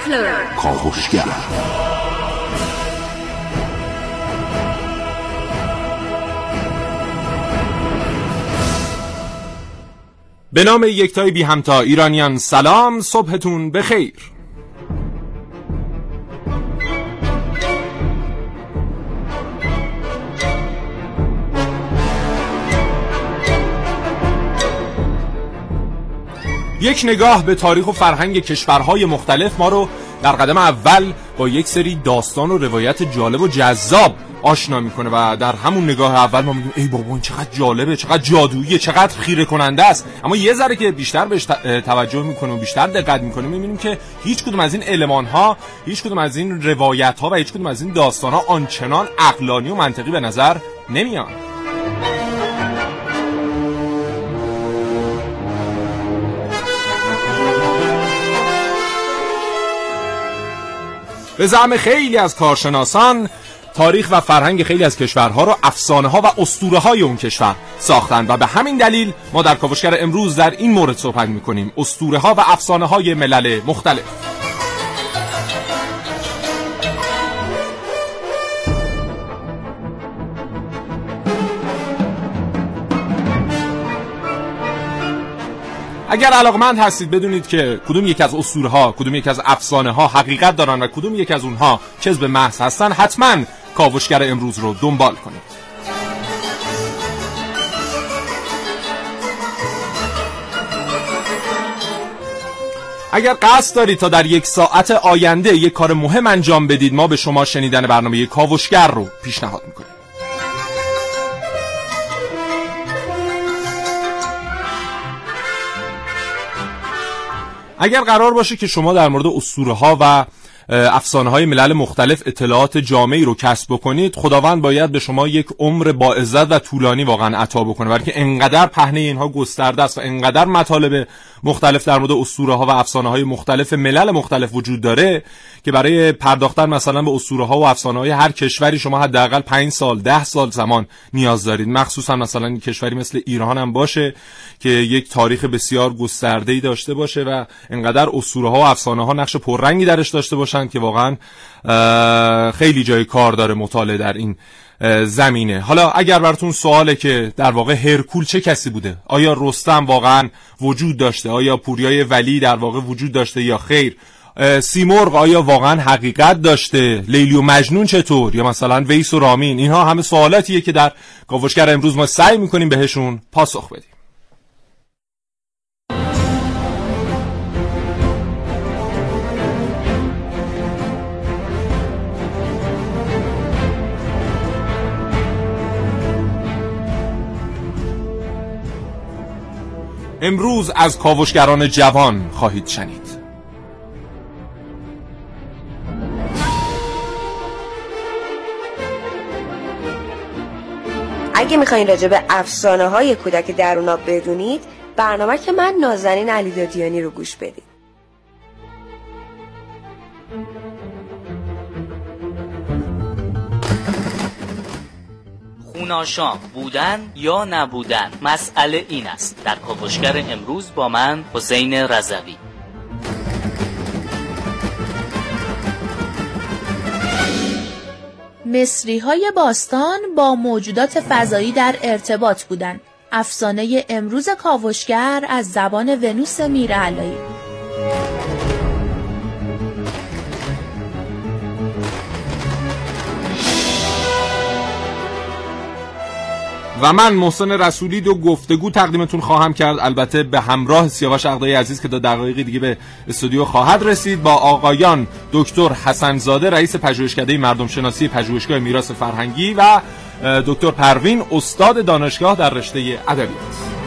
Chronicler کاوشگر. به نام یکتای بی همتا ایرانیان سلام، صبحتون بخیر. یک نگاه به تاریخ و فرهنگ کشورهای مختلف ما رو در قدم اول با یک سری داستان و روایت جالب و جذاب آشنا میکنه و در همون نگاه اول ما میگیم ای بابا این چقدر جالبه، چقدر جادوییه، چقدر خیره کننده است. اما یه ذره که بیشتر بهش توجه میکنیم و بیشتر دقت میکنیم میبینیم که هیچ کدوم از این المان‌ها، هیچ کدوم از این روایت‌ها و هیچ کدوم از این داستان‌ها آنچنان عقلانی و منطقی به نظر نمیان. به زعم خیلی از کارشناسان تاریخ و فرهنگ خیلی از کشورها رو افسانه‌ها و اسطوره‌های اون کشور ساختن و به همین دلیل ما در کاوشگر امروز در این مورد صحبت می‌کنیم: اسطوره‌ها و افسانه‌های ملل مختلف. اگر علاقمند هستید بدونید که کدوم یک از اسطوره‌ها، کدوم یک از افسانه‌ها حقیقت دارن و کدوم یک از اونها کذب محض هستن، حتما کاوشگر امروز رو دنبال کنید. اگر قصد دارید تا در یک ساعت آینده یک کار مهم انجام بدید، ما به شما شنیدن برنامه کاوشگر رو پیشنهاد می‌کنیم. اگر قرار باشه که شما در مورد اسطوره‌ها و افسانه‌های ملل مختلف اطلاعات جامعی رو کسب بکنید، خداوند باید به شما یک عمر با عزت و طولانی واقعا عطا بکنه، برای که انقدر پهنه اینها گسترده است و انقدر مطالب مختلف در مورد اسطوره‌ها و افسانه‌های مختلف ملل مختلف وجود داره که برای پرداختن مثلا به اسطوره‌ها و افسانه‌های هر کشوری شما حداقل 5 سال 10 سال زمان نیاز دارید. مخصوصا مثلا یک کشوری مثل ایران هم باشه که یک تاریخ بسیار گسترده‌ای داشته باشه و انقدر اسطوره‌ها و افسانه‌ها نقش پررنگی درش داشته باشن که واقعا خیلی جای کار داره مطالعه در این زمینه. حالا اگر براتون سواله که در واقع هرکول چه کسی بوده، آیا رستم واقعا وجود داشته، آیا پوریای ولی در واقع وجود داشته یا خیر، سیمرغ آیا واقعا حقیقت داشته، لیلی و مجنون چطور، یا مثلا ویس و رامین، اینها همه سوالاتیه که در کاوشگر امروز ما سعی میکنیم بهشون پاسخ بدیم. امروز از کاوشگران جوان خواهید شنید. اگه میخواین راجع به افسانه‌های کودک دروناب بدونید، برنامه که من نازنین علیدادیانی رو گوش بدید. خوناشام بودن یا نبودن، مسئله این است. در کاوشگر امروز با من حسین رضوی. مصری‌های باستان با موجودات فضایی در ارتباط بودند. افسانه امروز کاوشگر از زبان ونوس میرعلایی. و من محسن رسولی دو گفتگو تقدیمتون خواهم کرد، البته به همراه سیاوش عقدایی عزیز که تا دقایقی دیگه به استودیو خواهد رسید، با آقایان دکتر حسن زاده رئیس پژوهشکده مردم شناسی پژوهشگاه میراث فرهنگی و دکتر پروین استاد دانشگاه در رشته ادبیات.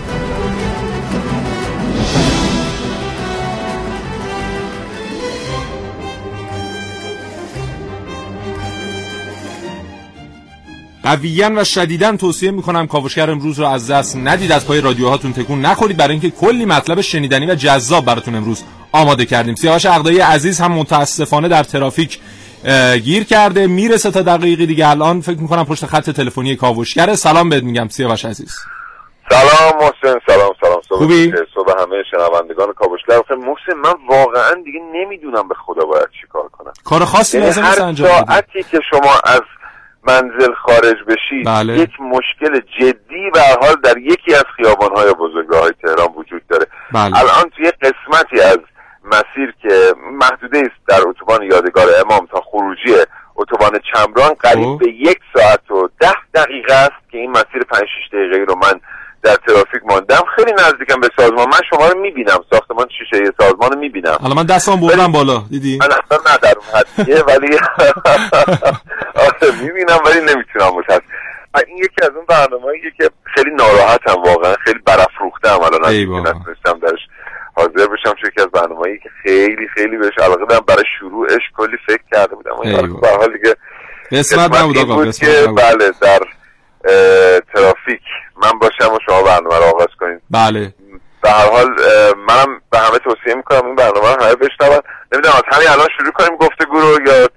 قویاً و شدیداً توصیه میکنم کاوشگر امروز رو از دست ندید، از پای رادیوهاتون تکون نخورید، برای اینکه کلی مطلب شنیدنی و جذاب براتون امروز آماده کردیم. سیاوش عقدایی عزیز هم متاسفانه در ترافیک گیر کرده، میرسه تا دقیقی دیگه. الان فکر میکنم پشت خط تلفنی کاوشگره. سلام بهت میگم سیاوش عزیز. سلام محسن. سلام خوبی؟ صبح همه شنوندگان کاوشگر. محسن من واقعا دیگه نمیدونم به خدا باید چی کار کنم. کار خاصی لازم نیست انجام بدید. هر ساعتی که شما از منزل خارج بشید بله. یک مشکل جدی به هر حال در یکی از خیابان‌های بزرگراهای تهران وجود داره. بله. الان توی قسمتی از مسیر که محدوده است در اتوبان یادگار امام تا خروجی اتوبان چمران قریب به 1 ساعت و 10 دقیقه است که این مسیر 5-6 دقیقه‌ای رو من در ترافیک ماندم. خیلی نزدیکم به سازمان. من شما رو میبینم، ساختمان شیشه سازمان رو میبینم. حالا من دستام بردم بالا، دیدی؟ من اصلا نه در اون حدیه ولی میبینم ولی نمیتونم متاسف. این یکی از اون برنامه‌ایه که خیلی ناراحتم، واقعا خیلی برافروختم الان نتونستم درش حاضر بشم، چون یکی از برنامه‌ای که خیلی بهش علاقه دارم. برای شروعش کلی فکر کرده بودم. این به هر حال دیگه قسمت نبود آقا، قسمت نبود. بله در ترافیک من باشم و شما برنامه رو آغاز کنید. بله. به هر حال منم به همه توصیه میکنم این برنامه رو همه بشنون. نمیدونم از همین الان شروع کنیم گفتگو رو یا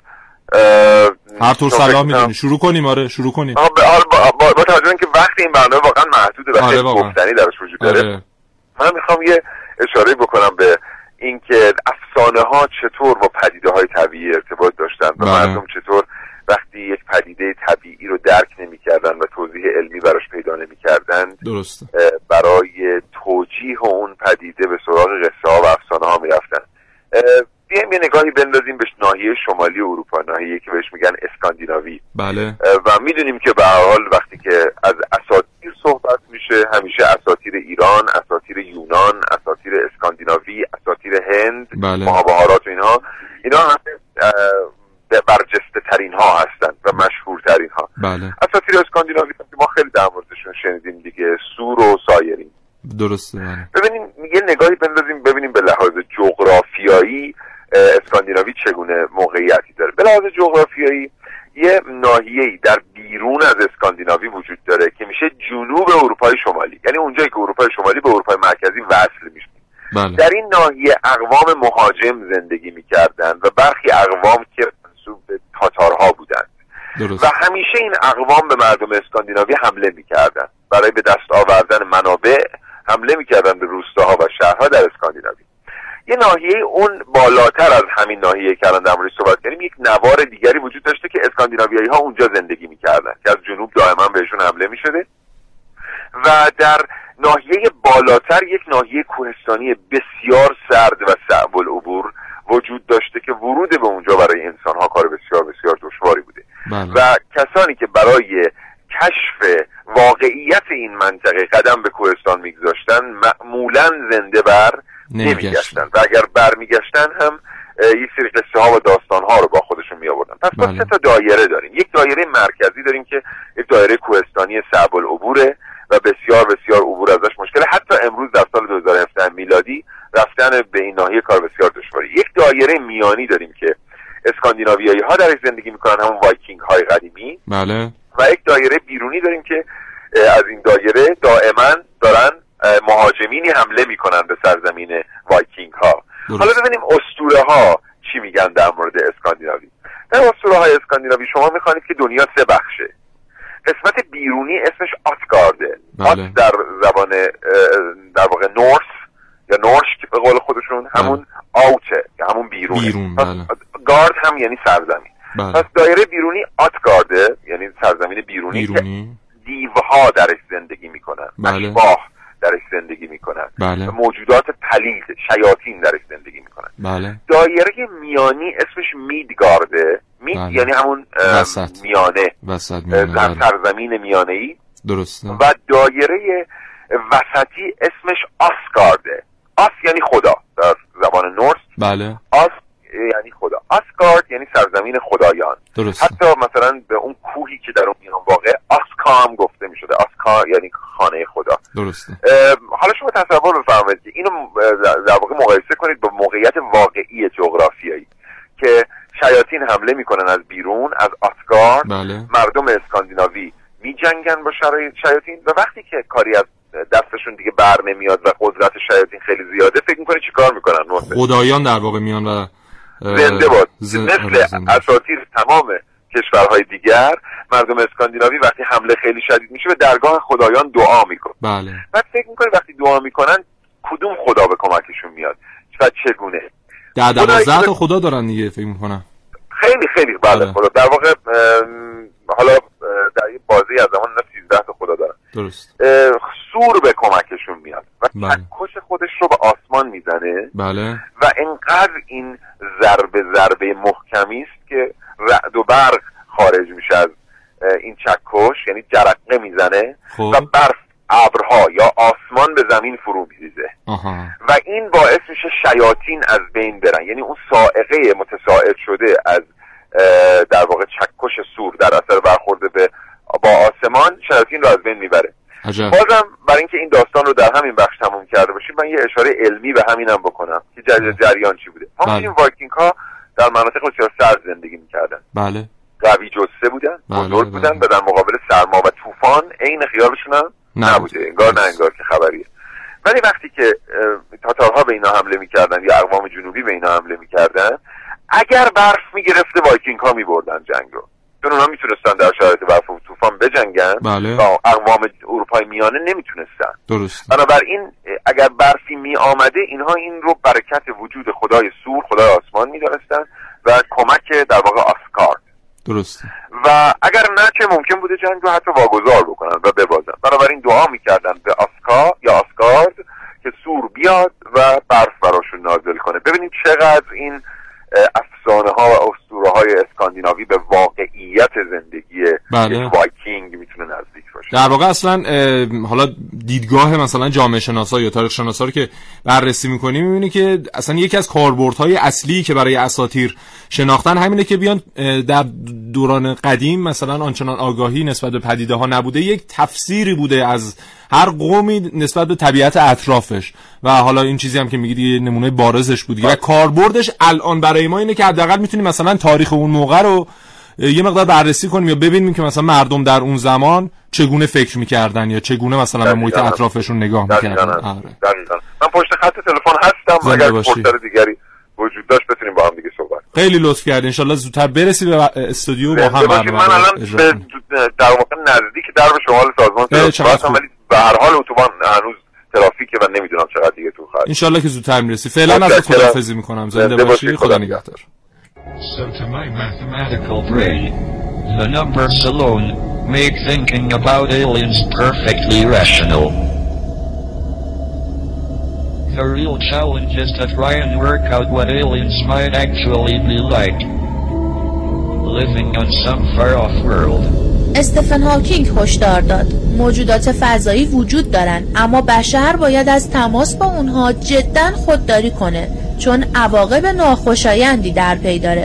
هر طور سلام میدونی شروع کنیم؟ آره شروع کنیم. با توجه اینکه وقت این برنامه واقعا محدوده و خیلی گفتنی درش وجود داره. من میخوام یه اشاره بکنم به اینکه افسانه ها چطور با پدیده های طبیعی ارتباط داشتن و مردم چطور وقتی یک پدیده طبیعی رو درک نمی‌کردن و توضیح علمی براش پیدا نمی‌کردن، درسته، برای توجیه اون پدیده به سراغ قصه ها و افسانه ها می‌رفتن. بیایم یه نگاهی بندازیم به ناحیه شمالی اروپا، ناحیه‌ای که بهش میگن اسکاندیناوی. بله. و میدونیم که به هر حال وقتی که از اساطیر صحبت میشه، همیشه اساطیر ایران، اساطیر یونان، اساطیر اسکاندیناوی، اساطیر هند، بله. ماهابهارات و اینا همه برجسته ترین ها هستن و مشهورترین ها. بله. اساطیر اسکاندیناوی که ما خیلی در موردشون شنیدیم دیگه، سور و سایرین. درسته. بله. ببینیم یه نگاهی بندازیم ببینیم به لحاظ جغرافیایی اسکاندیناوی چگونه موقعیتی داره. به لحاظ جغرافیایی یه ناحیه‌ای در بیرون از اسکاندیناوی وجود داره که میشه جنوب اروپای شمالی، یعنی اونجایی که اروپای شمالی به اروپای مرکزی وصل میشه. بله. در این ناحیه اقوام مهاجم زندگی میکردن و برخی اقوام که منسوب به تاتارها بودند. درست. و همیشه این اقوام به مردم اسکاندیناوی حمله میکردن. برای به دست آوردن منابع حمله میکردن به روستاها و شهرها در اسکاندیناوی. یه ناحیه اون بالاتر از همین ناحیه که الان در موردش صحبت کردیم، یک نوار دیگری وجود داشته که اسکاندیناویایی ها اونجا زندگی میکردن که از جنوب دائما بهشون حمله میشده. و در ناحیه بالاتر یک ناحیه کوهستانی بسیار سرد و صعب العبور وجود داشته که ورود به اونجا برای انسان‌ها کار بسیار دشواری بوده. بله. و کسانی که برای کشف واقعیت این منطقه قدم به کوهستان میگذاشتن معمولاً زنده بر نمیگشتن و اگر برمیگشتن هم یک سری قصه ها و داستان ها رو با خودشون می آوردن. پس ما 3 تا دایره داریم. یک دایره مرکزی داریم که یک دایره کوهستانی صعب العبوره و بسیار عبور ازش مشکله. حتی امروز در سال 2017 میلادی رفتن به این ناحیه کار بسیار دشواری. یک دایره میانی داریم که اسکاندیناویایی ها درش زندگی میکنن، همون وایکینگ های قدیمی. بله. و یک دایره بیرونی داریم که از این دایره دائما دارن مهاجمینی حمله میکنن به سرزمین وایکینگ ها. حالا ببینیم اسطوره ها چی میگن در مورد اسکاندیناوی. در اسطوره های اسکاندیناوی شما میخوانید که دنیا 3 بخشه. قسمت بیرونی اسمش آسگارده. بله. آس در زبان در واقع نورس یا نورش به قول خودشون همون آوته یا همون بیرون. بله. گارد هم یعنی سرزمین. بله. پس دایره بیرونی آتگارده یعنی سرزمین بیرونی. که دیوها درش زندگی میکنن. بله. اشباح درش زندگی میکنن. بله. موجودات پلید، شیاطین درش زندگی میکنن. بله. دایره میانی اسمش میدگارده. مید بله. یعنی همون میانه، سرزمین میانه‌ای. درسته. و دایره وسطی اسمش آسگارده. آس یعنی خدا در زبان نورس. بله. آس یعنی خدا. آسگارد یعنی سرزمین خدایان. درسته. حتی مثلا به اون کوهی که در اون میان واقع آسکا هم گفته میشده. آسکا یعنی خانه خدا. درسته. حالا شما تصور بفرمایید که اینو در واقع مقایسه کنید با موقعیت واقعی جغرافیایی که شیاطین حمله میکنن از بیرون، از آسگارد. بله. مردم اسکاندیناوی میجنگن با شیاطین و وقتی که کاری از دستشون دیگه بر نمیاد و قدرت شیاطین خیلی زیاده، فکر میکنه چیکار میکنن؟ خدایان در واقع میان و زنده باد. مثل اساطیر تمام کشورهای دیگر مردم اسکاندیناوی وقتی حمله خیلی شدید میشه به درگاه خدایان دعا میکنن. بله. بعد فکر میکنی وقتی دعا میکنن کدوم خدا به کمکشون میاد و چگونه؟ 12 تا خدا دارن دیگه فکر میکنم. خیلی بله خدا در واقع حالا در این بازی از زمان 13 تا خدا دارن. درست. سور به کمکشون میاد و بله. چکش خودش رو به آسمان میزنه. بله. و انقدر این ضربه محکمی است که رعد و برق خارج میشه از این چکش، یعنی جرقه میزنه و برف ابرها یا آسمان به زمین فرو میریزه و این باعث میشه شیاطین از بین برن، یعنی اون صاعقه متساعد شده از در واقع چکش سور در اثر برخورد با آسمان شیاطین رو از بین میبره. بازم برای اینکه این داستان رو در همین بخش تموم کرده باشیم من یه اشاره علمی به همینم بکنم که جریان چی بوده. این وایکینگ ها در مناطق بسیار سرد زندگی میکردن. بله. قوی جثه بودن، بزرگ بودن و در مقابل سرما و طوفان عین خیالشون هم نبوده، انگار که خبریه. ولی وقتی که تاتارها به اینا حمله میکردن یا اقوام جنوبی به اینا حمله میکردن، اگر برف میگرفته وایکینگ ها میبردن جنگ رو، چون اونا میتونستن در شرایط برف و طوفان بجنگن. بله. و اقوام اروپای میانه نمیتونستن. درست. بنابراین اگر برفی می آمده اینها این رو برکت وجود خدای سور، خدای آسمان میدانستن و کمک در واقع آسگارد. درست. و اگر نه که ممکن بوده جنگ رو حتی واگذار بکنن و ببازن. بنابراین دعا میکردن به آسگارد که سور بیاد و برف براشون نازل کنه. ببینید چقدر این افسانه ها و اسطوره های اسکاندیناوی به واقعیت زندگی وایکینگ میتونه نزدیک باشه. در واقع اصلا حالا دیدگاه مثلا جامعه شناسا یا تاریخ شناسا رو که بررسی میکنیم میبینی که اصلا یکی از کاربردهای اصلی که برای اساطیر شناختن همینه که بیان در دوران قدیم مثلا آنچنان آگاهی نسبت به پدیده ها نبوده، یک تفسیری بوده از هر قومی نسبت به طبیعت اطرافش و حالا این چیزی هم که میگید یه نمونه بارزش بود و کاربردش الان برای ما اینه که حداقل میتونیم مثلا تاریخ اون موقع رو یه مقدار بررسی کنیم یا ببینیم که مثلا مردم در اون زمان چگونه فکر میکردن یا چگونه مثلا به محیط اطرافشون نگاه میکردن. من پشت خط تلفن هستم، اگر فرصت دیگری وجود داشت بتونیم با هم دیگه صحبت. خیلی لطف کردین، ان شاءالله زودتر برسی به استودیو با هم برنامه. من الان در واقع نزدیک درب شمال سازمان هستم ولی به هر حال اتوبان هنوز ترافیکه و نمیدونم چقدر دیگه تو خط. ان شاءالله که زودتر میرسی. فعلا ازت خداحافظی میکنم. زنده باشی. خدا نگهدار. So to my mathematical brain, the numbers alone make thinking about aliens perfectly rational. The real challenge is to try and work out what aliens might actually be like, living on some far-off world. استفن هاکینگ هشدار داد موجودات فضایی وجود دارن، اما بشر باید از تماس با اونها جداً خودداری کنه، چون عواقب ناخوشایندی در پی داره.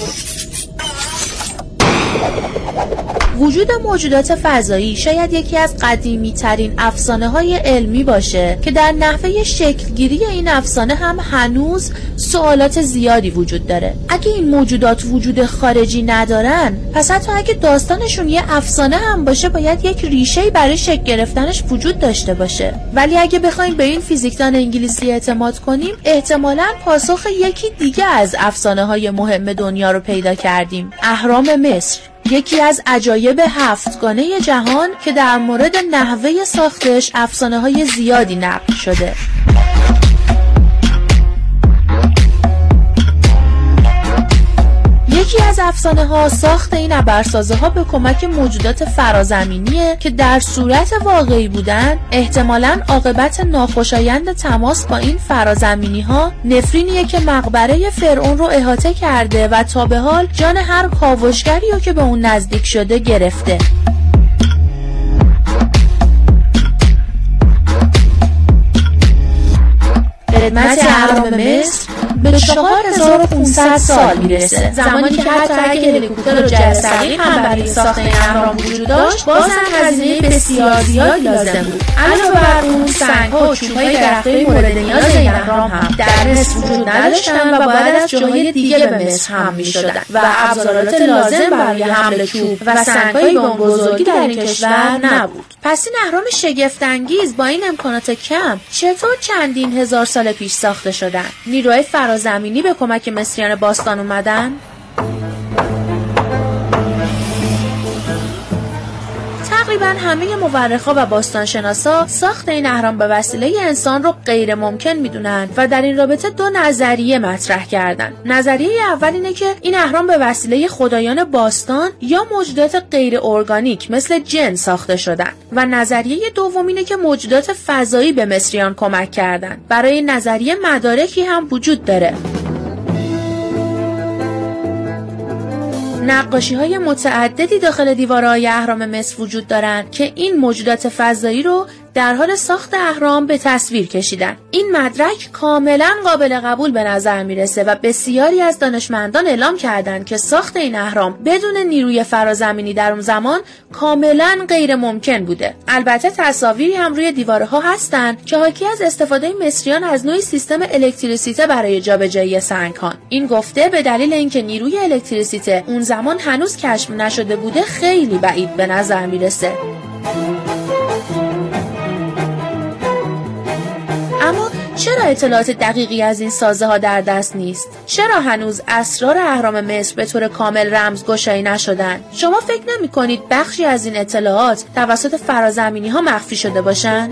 وجود موجودات فضایی شاید یکی از قدیمی ترین افسانه های علمی باشه که در نحوه شکلگیری این افسانه هم هنوز سوالات زیادی وجود داره. اگه این موجودات وجود خارجی ندارن، پس حتی اگه داستانشون یه افسانه هم باشه باید یک ریشه‌ای برای شکل گرفتنش وجود داشته باشه. ولی اگه بخوایم به این فیزیکدان انگلیسی اعتماد کنیم، احتمالاً پاسخ یکی دیگه از افسانه های مهم دنیا رو پیدا کردیم. اهرام مصر، یکی از عجایب هفتگانه جهان که در مورد نحوه ساختش افسانه‌های زیادی نقل شده. یکی از افسانه ها ساخت این ابرسازه ها به کمک موجودات فرازمینیه که در صورت واقعی بودن احتمالاً عاقبت ناخوشایند تماس با این فرازمینی ها نفرینیه که مقبره فرعون رو احاطه کرده و تا به حال جان هر کاوشگری رو که به اون نزدیک شده گرفته. قدمت اهرام مصر به 4500 سال میرسه، زمانی که حتی اگه هلیکوپتر و جرثقیل هم برای ساخت این اهرام وجود داشت، بازم هزینه بسیار زیادی لازم بود. علاوه بر اون سنگ‌ها و چوب‌های درخت‌های مورد نیاز این اهرام هم در مصر وجود نداشتن و باید از جاهای دیگه به مصر حمل می‌شدن و ابزارات لازم برای حمل چوب و سنگ‌های به اون بزرگی در این کشور نبود. پس این اهرام شگفت‌انگیز با این امکانات کم چطور چندین هزار سال پیش ساخته شدن؟ نیروهای فرازمینی به کمک مصریان باستان اومدن؟ تقریبا همه مورخا و باستانشناسا ساخت این اهرام به وسیله انسان رو غیر ممکن میدونن و در این رابطه دو نظریه مطرح کردن. نظریه اول اینه که این اهرام به وسیله خدایان باستان یا موجودات غیر ارگانیک مثل جن ساخته شدن و نظریه دوم اینه که موجودات فضایی به مصریان کمک کردن. برای این نظریه مدارکی هم وجود داره. نقاشی‌های متعددی داخل دیوارهای اهرام مصر وجود دارند که این موجودات فضایی رو در حال ساخت اهرام به تصویر کشیدن. این مدرک کاملا قابل قبول به نظر میرسه و بسیاری از دانشمندان اعلام کردند که ساخت این اهرام بدون نیروی فرازمینی در اون زمان کاملا غیر ممکن بوده. البته تصاویری هم روی دیوارها هستن که حاکی از استفاده مصریان از نوعی سیستم الکتریسیته برای جابجایی سنگ‌ها. این گفته به دلیل اینکه نیروی الکتریسیته اون زمان هنوز کشف نشده بوده خیلی بعید به نظر میرسه. اما چرا اطلاعات دقیقی از این سازه ها در دست نیست؟ چرا هنوز اسرار اهرام مصر به طور کامل رمزگشایی نشدن؟ شما فکر نمی کنید بخشی از این اطلاعات توسط فرازمینی ها مخفی شده باشن؟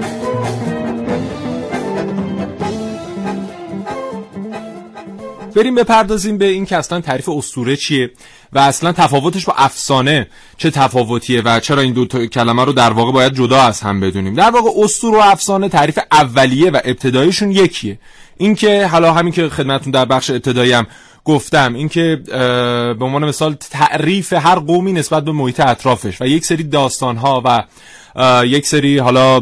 بریم بپردازیم به این که اصلا تعریف اسطوره چیه و اصلا تفاوتش با افسانه چه تفاوتیه و چرا این دو کلمه رو در واقع باید جدا از هم بدونیم. در واقع اسطوره و افسانه تعریف اولیه و ابتداییشون یکیه. این که حالا همین که خدمتتون در بخش ابتدایی هم گفتم، این که به عنوان مثال تعریف هر قومی نسبت به محیط اطرافش و یک سری داستان‌ها و یک سری حالا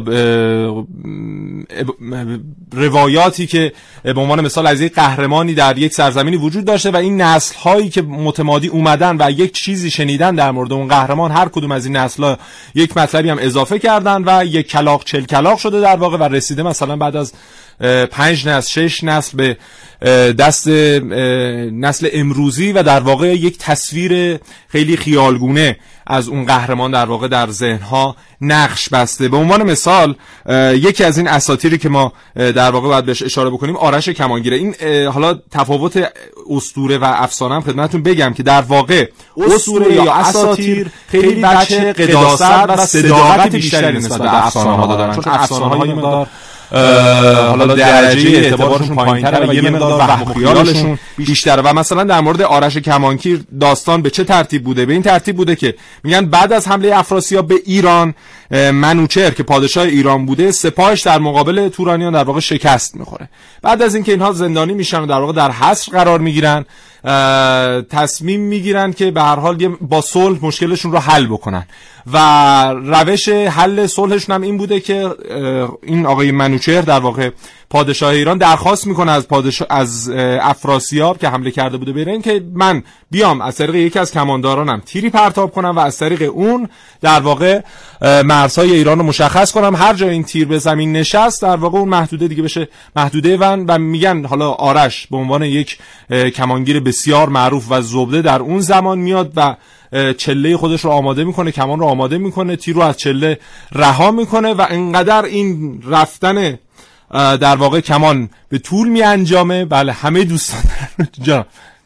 روایاتی که به عنوان مثال از یک قهرمانی در یک سرزمینی وجود داشته و این نسل‌هایی که متمادی اومدن و یک چیزی شنیدن در مورد اون قهرمان، هر کدوم از این نسل‌ها یک مطلبی هم اضافه کردن و یک کلاغ 40 کلاغ شده در واقع و رسیده مثلا بعد از 5 نسل 6 نسل به دست نسل امروزی و در واقع یک تصویر خیلی خیالگونه از اون قهرمان در واقع در ذهن‌ها نقش بسته. به عنوان مثال یکی از این اساطیری که ما در واقع باید بهش اشاره بکنیم آرش کمانگیره. این حالا تفاوت اسطوره و افسانه هم خدمتتون بگم که در واقع اسطوره یا اساطیر خیلی بچه قداست و صداقت بیشتری نسبت به افسانه‌ها دارن، چون افسانه‌ها یه مقدار حالا درجه اعتبارشون پایین‌تره و یه مقدار وهم و خیالشون بیشتره. و مثلا در مورد آرش کمانگیر داستان به چه ترتیب بوده؟ به این ترتیب بوده که میگن بعد از حمله افراسیاب به ایران، منوچهر که پادشاه ایران بوده سپاهش در مقابل تورانیان در واقع شکست میخوره. بعد از اینکه اینها زندانی میشن و در واقع در حصر قرار میگیرن، تصمیم میگیرن که به هر حال با صلح مشکلشون رو حل بکنن و روش حل صلحشون هم این بوده که این آقای منوچهر در واقع پادشاه ایران درخواست میکنه از افراسیاب که حمله کرده بوده به ایران که من بیام از طریق یکی از کماندارانم تیری پرتاب کنم و از طریق اون در واقع مرزهای ایران رو مشخص کنم، هر جا این تیر به زمین نشست در واقع اون محدوده دیگه بشه محدوده و میگن حالا آرش به عنوان یک کمانگیر بسیار معروف و زبده در اون زمان میاد و چله خودش رو آماده میکنه، کمان رو آماده میکنه، تیر رو از چله رها میکنه و انقدر این رفتن در واقع کمان به طول می انجامه. بله همه دوستان جان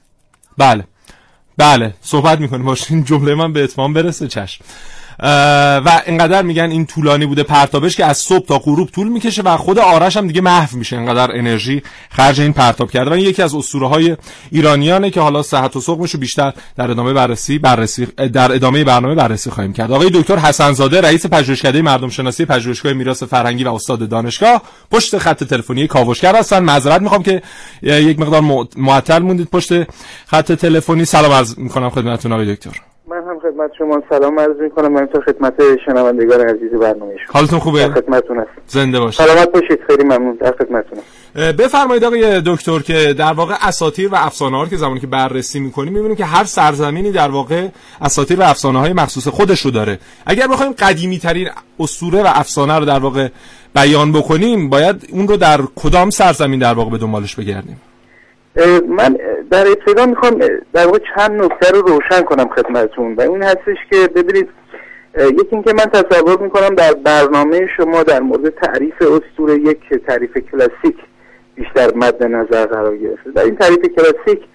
بله صحبت میکنیم باشه این جمله من به اتمام برسه. چشم. و اینقدر میگن این طولانی بوده پرتابش که از صبح تا غروب طول میکشه و خود آرش هم دیگه محو میشه، اینقدر انرژی خرج این پرتاب کرده. و این یکی از اسطوره‌های ایرانیانه که حالا صحت و سقمش رو بیشتر در ادامه برنامه بررسی خواهیم کرد. آقای دکتر حسن زاده رئیس پژوهشکده مردم شناسی پژوهشگاه میراث فرهنگی و استاد دانشگاه پشت خط تلفنی کاوشگر هستن. معذرت میخوام که یک مقدار معطل موندید پشت خط تلفنی. سلام عرض میکنم خدمتتون آقای دکتر. من هم خدمت شما سلام عرض میکنم. من تو خدمت شنوندگان عزیز برنامه شما. حالتون خوبه؟ خدمتتون هستم. زنده باشید. سلامت باشید. خیلی ممنون. در خدمتتونم. بفرمایید آقای دکتر که در واقع اساطیر و افسانه‌ها که زمانی که بررسی می‌کنیم می‌بینیم که هر سرزمینی در واقع اساطیر و افسانه‌های مخصوص خودش رو داره. اگر بخوایم قدیمی‌ترین اسطوره و افسانه رو در واقع بیان بکنیم باید اون رو در کدام سرزمین در واقع به دنبالش بگردیم؟ من در ابتدا میخوام در واقع چند نکته رو روشن کنم خدمتتون و این هستش که ببینید یکی این که من تصور میکنم در برنامه شما در مورد تعریف اسطوره یک تعریف کلاسیک بیشتر مد نظر قرار گرفته. در این تعریف کلاسیک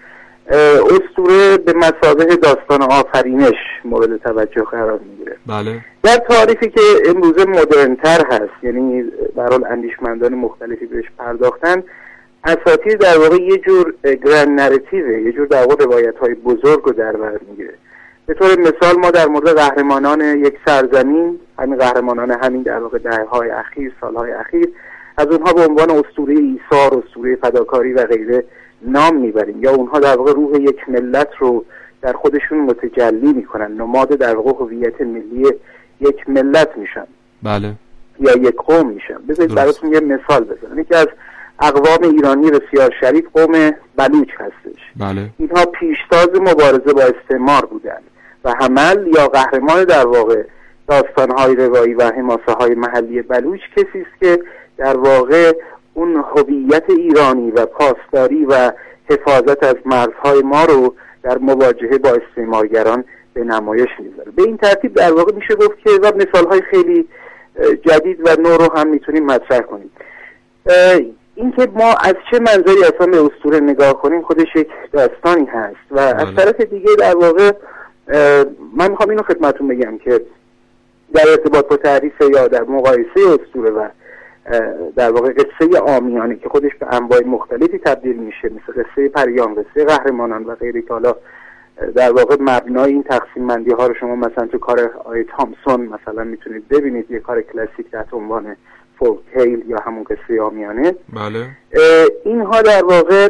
اسطوره به مثابه داستان آفرینش مورد توجه قرار میگیره. بله. در تعریفی که امروزه مدرن‌تر هست، یعنی به هر حال اندیشمندان مختلفی بهش پرداختن، اساطیر در واقع یه جور گرند نراتیوه، یه جور در واقع روایت‌های بزرگ رو در بر میگیره. به طور مثال ما در مورد قهرمانان یک سرزمین، همین قهرمانان همین در واقع دهه‌های اخیر، سال‌های اخیر، از اونها به عنوان اسطوره ایثار، اسطوره فداکاری و غیره نام میبریم، یا اونها در واقع روح یک ملت رو در خودشون متجلی میکنن، نماد در واقع هویت ملی یک ملت میشن. بله. یا یک قوم میشن. بذارید براتون یه مثال بزنم. یکی از اقوام ایرانی بسیار شریف قوم بلوچ هستش. بله. اینها پیشتاز مبارزه با استعمار بودند و حمل یا قهرمان در واقع داستان‌های روایی و حماسه‌های محلی بلوچ کسی است که در واقع اون هویت ایرانی و پاسداری و حفاظت از مرزهای ما رو در مواجهه با استعمارگران به نمایش میذاره. به این ترتیب در واقع میشه گفت که و مثالهای خیلی جدید و نو رو هم میتونیم مطرح کنیم. اینکه ما از چه منظری اصلا به اسطوره نگاه کنیم خودش یک داستانی هست و از طرف دیگه در واقع من میخوام اینو خدمتون بگم که در ارتباط با تعریف یا در مقایسه اسطوره و در واقع قصه عامیانه که خودش به انواع مختلفی تبدیل میشه، مثل قصه پریان، قصه قهرمانان و غیره، که حالا در واقع مبنای این تقسیم بندی ها رو شما مثلا تو کار آقای تامسون مثلا میتونید ببینید، یه کار کلاسیک تحت عنوان فولک تیل یا همون قصه عامیانه. بله. اینها در واقع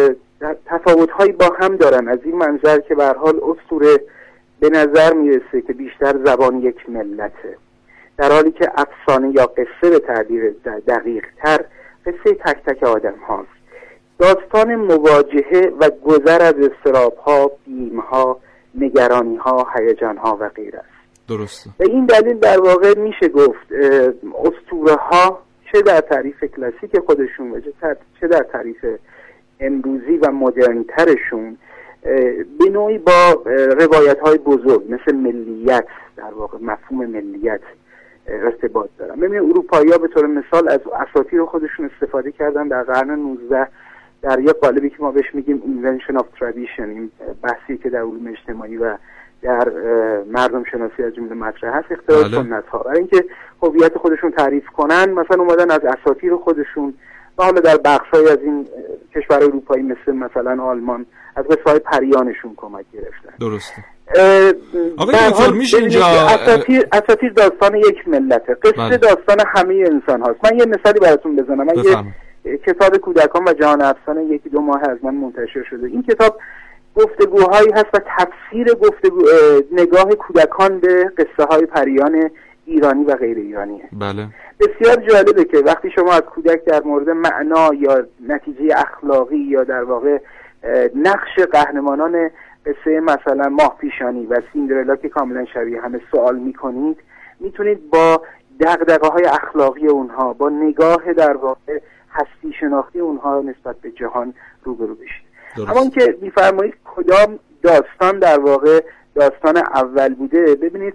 تفاوت هایی با هم دارن از این منظر که به هر حال اسطوره به نظر میرسه که بیشتر زبان یک ملته، در حالی که افسانه یا قصه به تعبیر دقیق تر قصه تک تک آدم هاست. داستان مواجهه و گذر از اضطراب ها، بیم ها، نگرانی ها، هیجان ها و غیره است. درسته. به این دلیل در واقع میشه گفت اسطوره ها چه در تعریف کلاسیک خودشون و چه در تعریف امروزی و مدرن ترشون به نوعی با روایت های بزرگ مثل ملیت، در واقع مفهوم ملیت ارتباط دارن. ببینید اروپایی‌ها به طور مثال از اساطیر خودشون استفاده کردن در قرن 19 در یک قالبی که ما بهش میگیم invention of tradition، این بحثی که در علوم اجتماعی و در مردم شناسی از جمله مطرح هست، اختراع سنت ها، برای اینکه هویت خودشون تعریف کنن مثلا اومدن از اساطیر خودشون و حالا در بخش‌های از این کشور اروپایی مثلا آلمان از قصه‌های پریانشون کمک گرفتن. درسته. آقای دکتر میشه اینجا اساطیر داستان یک ملته، قصه داستان همه انسان هاست. من یه مثالی براتون بزنم. من یه کتاب کودکان و جهان افسانه 1-2 ماه از من منتشر شده. این کتاب گفتگوهایی هست و تفسیر نگاه کودکان به قصه های پریان ایرانی و غیر ایرانیه. بله. بسیار جالبه که وقتی شما از کودک در مورد معنا یا نتیجه اخلاقی یا در واقع نقش قهرمانان قصه مثلا ماه پیشانی و سیندرلا که کاملا شبیه همه سوال میکنید، میتونید با دغدغه‌های اخلاقی اونها، با نگاه در واقع هستی شناختی اونها نسبت به جهان روبرو بشید. همون که میفرمایید کدام داستان در واقع داستان اول بوده، ببینید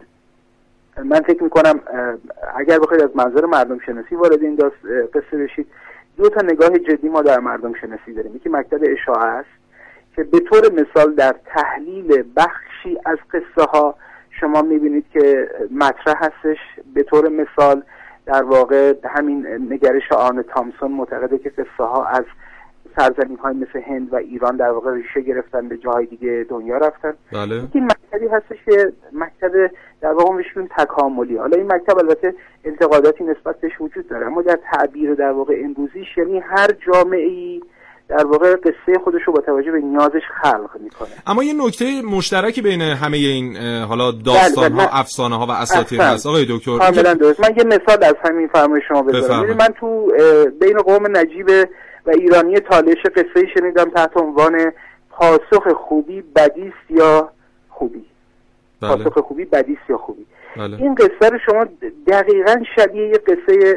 من فکر میکنم اگر بخواید از منظر مردم شناسی وارد این قصه بشید، 2 تا نگاه جدی ما در مردم شناسی داریم. یکی مکتب اشاعه است که به طور مثال در تحلیل بخشی از قصه ها شما میبینید که مطرح هستش. به طور مثال در واقع همین نگرش آرن تامسون معتقده که قصه ها از سرزمین های مثل هند و ایران در واقع ریشه گرفتن، به جاهای دیگه دنیا رفتن. بله. این مکتبی هستش که مکتب در واقع میشون تکاملی. حالا این مکتب البته انتقاداتی نسبت بهش وجود داره، اما در تعبیر در واقع امروزیش یعنی هر جامعه‌ای در واقع قصه خودش رو با توجه به نیازش خلق میکنه. اما یه نکته مشترکی بین همه این حالا داستان ها، افسانه ها و اساطیر هست آقای دکتر. کاملا درست. من یه مثال از همین فرمایش شما بذارم. من تو بین قوم نجیب و ایرانی تالش قصه‌ای شنیدم تحت عنوان پاسخ خوبی بدیست یا خوبی. بله. پاسخ خوبی بدیست یا خوبی. بله. این قصه رو شما دقیقاً شبیه یه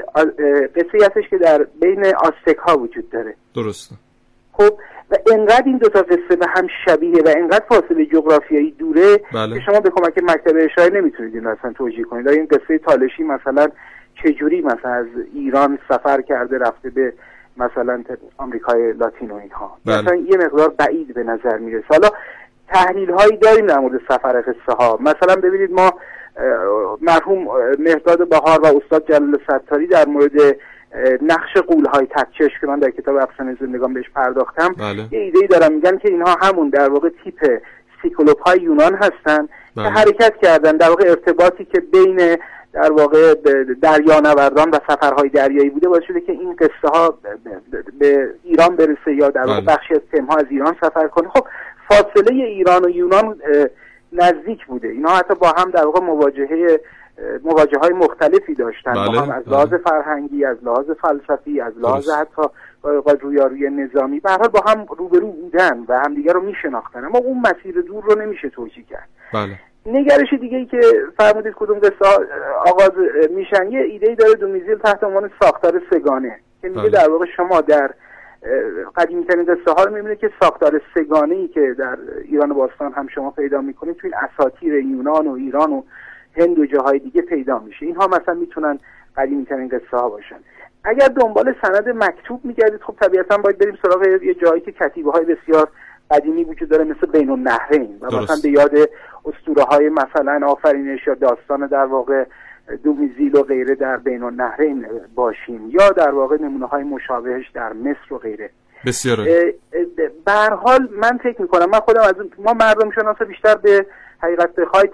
قصه هستش که در بین آستک ها وجود داره. درسته. خب و انقدر این 2 تا قصه به هم شبیه و انقدر فاصله جغرافیایی دوره که شما به کمک مکتب اشاعه نمیتونید این اصلا توجیه کنید. این قصه تالشی مثلا چجوری مثلا از ایران سفر کرده رفته به مثلا آمریکای لاتین و اینها. مثلا یه مقدار بعید به نظر میرسه. حالا تحلیل هایی داریم در مورد سفر قصه ها. مثلا ببینید ما مرحوم مهداد بهار و استاد جلال ستاری در مورد نقش غول‌های تکچش که من در کتاب افسانه زندگان بهش پرداختم یه ایده‌ای دارم، میگن که اینها همون در واقع تیپ سیکلوپ‌های یونان هستن که حرکت کردن، در واقع ارتباطی که بین در واقع دریانوردان و سفرهای دریایی بوده باعث شده که این قصه ها به ایران برسه یا در واقع بخشی از تم‌ها از ایران سفر کنه. خب فاصله ایران و یونان نزدیک بوده، اینها حتی با هم در واقع مواجه‌های مختلفی داشتن، با هم از لحاظ فرهنگی، از لحاظ فلسفی، از لحاظ حتی رویارویی نظامی به هر حال با هم روبرو بودن و همدیگر رو میشناختن، اما اون مسیر دور رو نمیشه توجیه کرد. بله. نگرش دیگه ای که فرمودید کدوم قصه آغاز میشن، یه ایده‌ای داره دومیزیل تحت عنوان ساختار سگانه که میگه در واقع شما در قدیمی‌ترین قصه ها رو می‌بینید که ساختار سگانه‌ای که در ایران باستان هم شما پیدا می‌کنید توی این اساطیر یونان و ایران و هند و جاهای دیگه پیدا میشه. اینها مثلا میتونن قدیمی‌ترین قصه ها باشن. اگر دنبال سند مکتوب می‌گردید خب طبیعتاً باید بریم سراغ یه جایی که کتیبه‌های بسیار قدیمی وجود داره مثل بین النهرین و مثلا به یاد اسطوره‌های مثلا آفرینش یا داستان در واقع دومیزیل و غیره در بین النهرین باشیم یا در واقع نمونه‌های مشابهش در مصر و غیره. بسیار به هر حال من فکر می‌کنم، من خودم از ما مردم شناسا بیشتر به حقیقت بخواید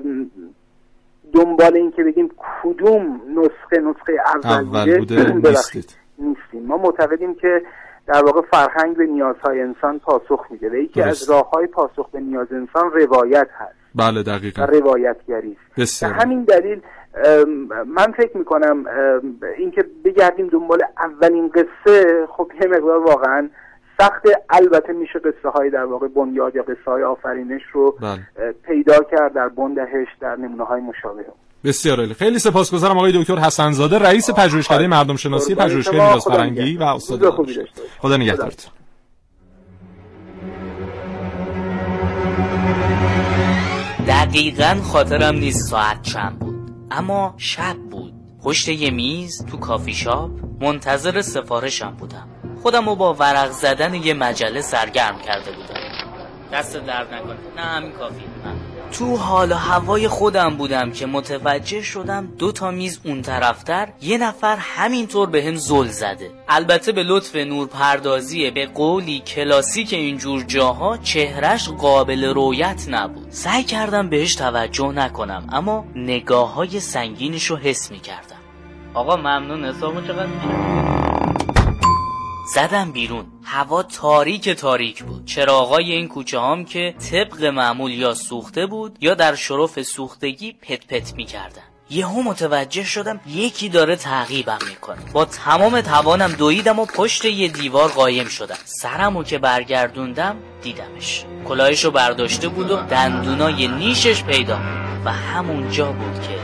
دنبال این که بگیم کدوم نسخه اول بوده نیستیم. ما معتقدیم که در واقع فرهنگ به نیازهای انسان پاسخ میده و یکی از راه‌های پاسخ به نیاز انسان روایت هست. بله دقیقاً. روایتگری است. به همین دلیل من فکر میکنم اینکه بگردیم دنبال اولین قصه خب یه مقدار واقعا سخته. البته میشه قصه های در واقع بنیاد یا قصه های آفرینش رو پیدا کرد در بندهش در نمونه های مشابه. بسیار عالی. خیلی سپاسگزارم آقای دکتر حسن‌زاده، رئیس پژوهشکده مردم شناسی پژوهشگاه میراث فرهنگی و استاد. خدا نگهدارت. دقیقاً خاطرم نیست ساعت چند بود، اما شب بود. پشت یه میز تو کافی شاپ منتظر سفارشم بودم. خودم رو با ورق زدن یه مجله سرگرم کرده بودم. دست درد نکنه. نه همین کافی. تو حال و هوای خودم بودم که متوجه شدم 2 میز اون طرفتر یه نفر همینطور به هم زل زده. البته به لطف نورپردازی به قولی کلاسیک اینجور جاها چهرش قابل رویت نبود. سعی کردم بهش توجه نکنم اما نگاه‌های سنگینشو حس می‌کردم. آقا ممنون، حسابو چقدر میشه؟ زدم بیرون. هوا تاریک بود. چراغای این کوچه هم که طبق معمول یا سوخته بود یا در شرف سوختگی پت پت می‌کردن. یهو متوجه شدم یکی داره تعقیبم میکنه. با تمام توانم دویدم و پشت یه دیوار قایم شدم. سرمو که برگردوندم دیدمش. کلاهشو برداشته بود و دندونای نیشش پیدا بود و همونجا بود که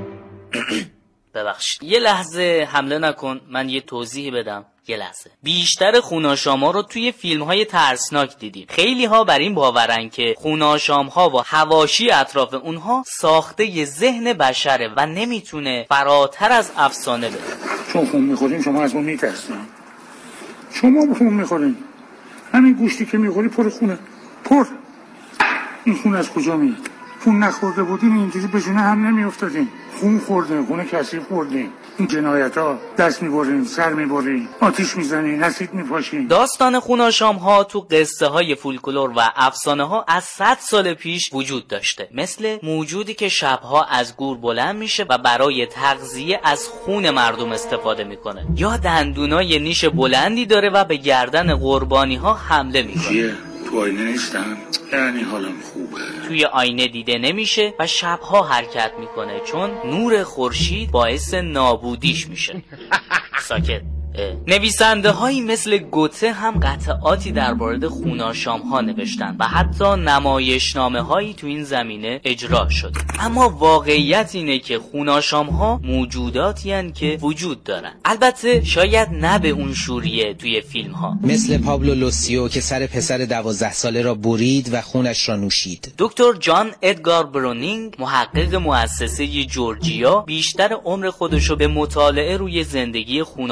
ببخشید یه لحظه حمله نکن، من یه توضیح بدم. یه لحظه. بیشتر خوناشام‌ها رو توی فیلم‌های ترسناک دیدیم. خیلی ها بر این باورن که خوناشام‌ها و حواشی اطراف اونها ساخته ذهن بشره و نمیتونه فراتر از افسانه بره. چون خون می‌خوریم شما از ما می‌ترسین. شما خون می‌خورین. همین گوشتی که می‌خوری پر خونه. پر. این خون از کجا میاد؟ خون نخورده بودیم اینجوری به جونه هم نمیافتادیم. خون خوردیم، خون کثیف خوردیم. این جنایت‌ها دست می‌بریم، سر می‌بریم، آتیش می‌زنیم، اسید می‌پاشیم. داستان خوناشام‌ها تو قصه‌های فولکلور و افسانه‌ها از 100 سال پیش وجود داشته. مثل موجودی که شب‌ها از گور بلند میشه و برای تغذیه از خون مردم استفاده میکنه، یا دندونای نیش بلندی داره و به گردن قربانی‌ها حمله میکنه. تو آینه نیستم، یعنی حالم خوبه. توی آینه دیده نمیشه و شبها حرکت میکنه چون نور خورشید باعث نابودیش میشه. ساکت. نویسنده هایی مثل گوته هم قطعاتی در مورد خوناشام ها نوشتن و حتی نمایشنامه هایی تو این زمینه اجرا شد. اما واقعیت اینه که خوناشام ها موجوداتی هن که وجود دارن، البته شاید نه به اون شوریه توی فیلم ها، مثل پابلو لوسیو که سر پسر 12 ساله را برید و خونش را نوشید. دکتر جان ادگار برونینگ، محقق مؤسسه جورجیا، بیشتر عمر خودشو به مطالعه روی زندگی خوناشام ها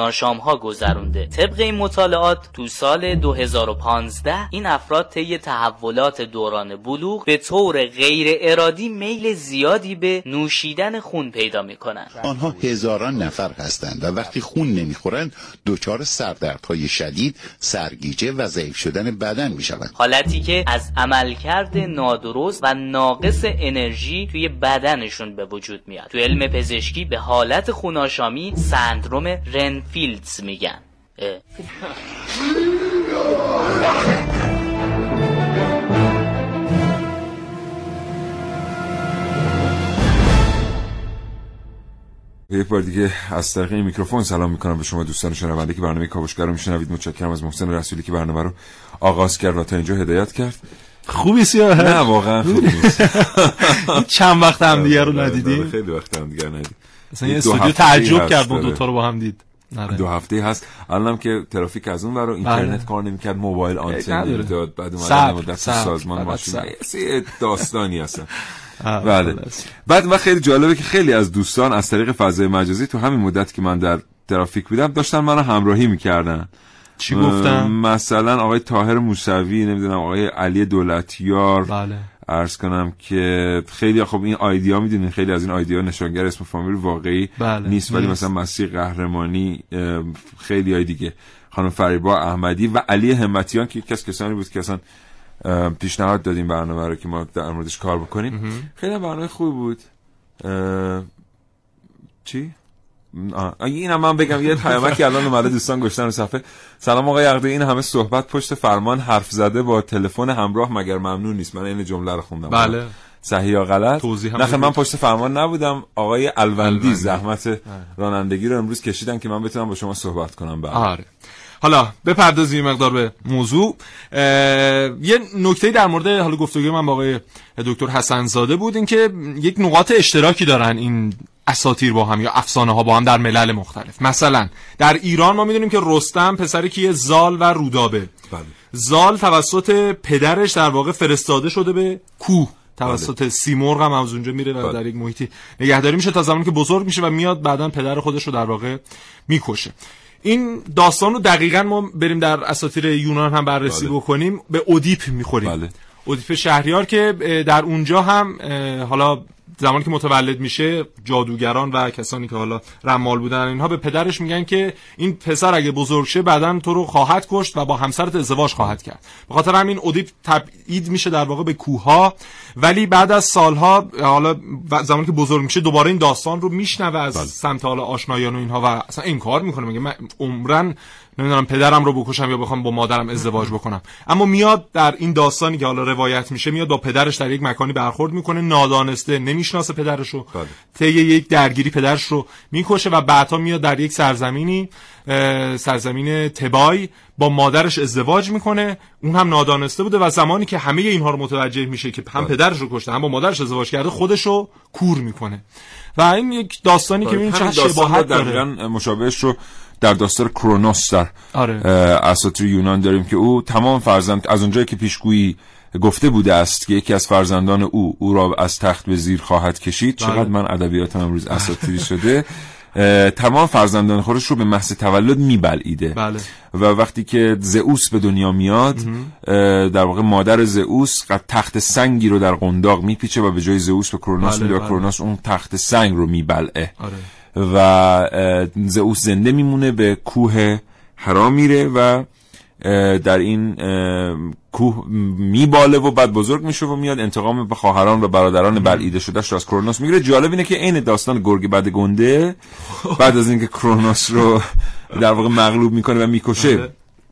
ماها گذرونده. طبق این مطالعات تو سال 2015 این افراد طی تحولات دوران بلوغ به طور غیر ارادی میل زیادی به نوشیدن خون پیدا میکنن. آنها هزاران نفر هستند و وقتی خون نمیخورند دچار سردردهای شدید، سرگیجه و ضعیف شدن بدن میشوند. حالتی که از عملکرد نادرست و ناقص انرژی توی بدنشون به وجود میاد. تو علم پزشکی به حالت خونآشامی سندروم رنفیلدز میگن. یک بار دیگه از طریق این میکروفون سلام میکنم به شما دوستان شنونده که برنامه کاوشگر رو میشنوید. متشکرم از محسن رسولی که برنامه رو آغاز کرد و تا اینجا هدایت کرد. خوبی سیاه؟ نه واقعا خوب نیست. چند وقت هم دیگه رو ندیدیم؟ خیلی وقت هم دیگه ندیدیم. اصلا یه استودیو تعجب کرد اون دوتا رو با هم دید. 2 هفته هست الانم که ترافیک از اون برای اینترنت کار نمیکرد، موبایل آنتن نمیداد، بعد اومدن مدت سازمان ماشین داستانی هستن. بله. بعد و خیلی جالبه که خیلی از دوستان از طریق فضای مجازی تو همین مدت که من در ترافیک بودم داشتن منو همراهی میکردن. چی گفتن؟ مثلا آقای طاهر موسوی، نمیدونم آقای علی دولتیار. بله. عرض کنم که خیلی خب این آیدیا میدونین خیلی از این آیدیا نشانگر اسم فامیل واقعی نیست، ولی مثلا مسیح قهرمانی، خیلی های دیگه، خانم فریبا احمدی و علی همتیان که یکی از کسانی بود که اصلا پیشنهاد دادیم برنامه رو که ما در موردش کار بکنیم. خیلی برنامه خوبی بود. چی؟ اینم من بگم یه پیامکی الان اومده دوستان گشتن رو صفحه. سلام آقای عقدی، این همه صحبت پشت فرمان حرف زده با تلفن همراه مگر ممنون نیست؟ من این جمله رو خوندم. بله. صحیح یا غلط؟ نه من پشت فرمان نبودم. آقای الوندی زحمت رانندگی رو امروز کشیدن که من بتونم با شما صحبت کنم. بله. آره. حالا بپردازیم مقدار به موضوع. یه نکته در مورد حالا گفتگوی من با آقای دکتر حسن زاده بود، این که یک نقاط اشتراکی دارن این اساطیر با هم یا افسانه ها با هم در ملل مختلف. مثلا در ایران ما میدونیم که رستم پسر کیه؟ زال و رودابه. بله. زال توسط پدرش در واقع فرستاده شده به کوه، توسط سیمرغ هم از اونجا میره و در یک محیطی نگهداری میشه تا زمانی که بزرگ میشه و میاد بعداً پدر خودش رو در واقع میکشه. این داستان رو دقیقاً ما بریم در اساطیر یونان هم بررسی بکنیم، به اودیپ میخوریم. بله. اودیپ شهریار که در اونجا هم حالا زمانی که متولد میشه جادوگران و کسانی که حالا رمال بودن اینها به پدرش میگن که این پسر اگه بزرگ شه بعداً تو رو خواهد کشت و با همسرت ازدواج خواهد کرد. به خاطر همین اودیپ تبعید میشه در واقع به کوه‌ها، ولی بعد از سالها حالا زمانی که بزرگ میشه دوباره این داستان رو میشنوه از سمت حالا آشنایان و اینها و اصلا انکار میکنه، میگه من عمرن نمیدونم پدرم رو بکشم یا بخوام با مادرم ازدواج بکنم. اما میاد در این داستانی که حالا روایت میشه میاد با پدرش در یک مکانی برخورد میکنه، نادانسته نمیشناسه پدرشو، طی یک درگیری پدرش رو میکشه و بعدها میاد در یک سرزمین تبای با مادرش ازدواج میکنه، اون هم نادانسته بوده و زمانی که همه اینها رو متوجه میشه که هم پدرش رو کشته هم با مادرش ازدواج کرده خودش رو کور میکنه. و این یک داستانی که ببین چه شباهت داره. دقیقاً مشابهش رو در داستان کرونوس در اساطیر یونان داریم که او تمام فرزند از اونجایی که پیشگویی گفته بوده است که یکی از فرزندان او را از تخت به زیر خواهد کشید. چقدر من ادبیاتم امروز اساطیری شده. تمام فرزندان خودش رو به محض تولد میبلعیده. و وقتی که زئوس به دنیا میاد در واقع مادر زئوس تخت سنگی رو در قنداق میپیچه و به جای زئوس به کرونوس میده و کرونوس اون تخت سنگ رو میبلعه. و زئوس زنده میمونه، به کوه هرا میره و در این کوه میباله و بعد بزرگ میشه و میاد انتقام به خواهران و برادران بلعیده شدهش رو از کرونوس میگیره. جالب اینه که این داستان گرگ بد گنده بعد از اینکه کرونوس رو در واقع مغلوب میکنه و میکشه